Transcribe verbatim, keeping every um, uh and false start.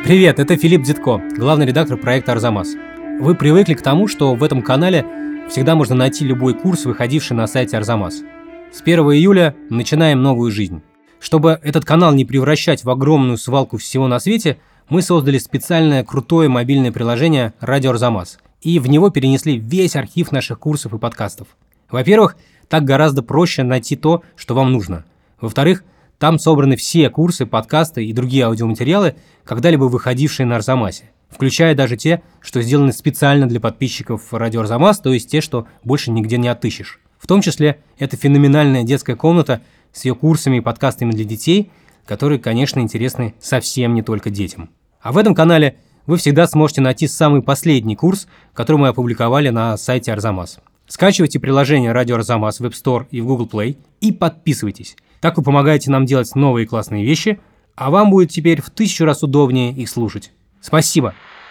Привет, это Филипп Дзитко, главный редактор проекта Арзамас. Вы привыкли к тому, что в этом канале всегда можно найти любой курс, выходивший на сайте Арзамас. С первого июля начинаем новую жизнь. Чтобы этот канал не превращать в огромную свалку всего на свете, мы создали специальное крутое мобильное приложение «Радио Арзамас», и в него перенесли весь архив наших курсов и подкастов. Во-первых, так гораздо проще найти то, что вам нужно. Во-вторых, там собраны все курсы, подкасты и другие аудиоматериалы, когда-либо выходившие на Арзамасе, включая даже те, что сделаны специально для подписчиков Радио Арзамас, то есть те, что больше нигде не отыщешь. В том числе это феноменальная детская комната с ее курсами и подкастами для детей, которые, конечно, интересны совсем не только детям. А в этом канале вы всегда сможете найти самый последний курс, который мы опубликовали на сайте Арзамас. Скачивайте приложение Радио Арзамас в App Store и в Google Play и подписывайтесь. Так вы помогаете нам делать новые классные вещи, а вам будет теперь в тысячу раз удобнее их слушать. Спасибо!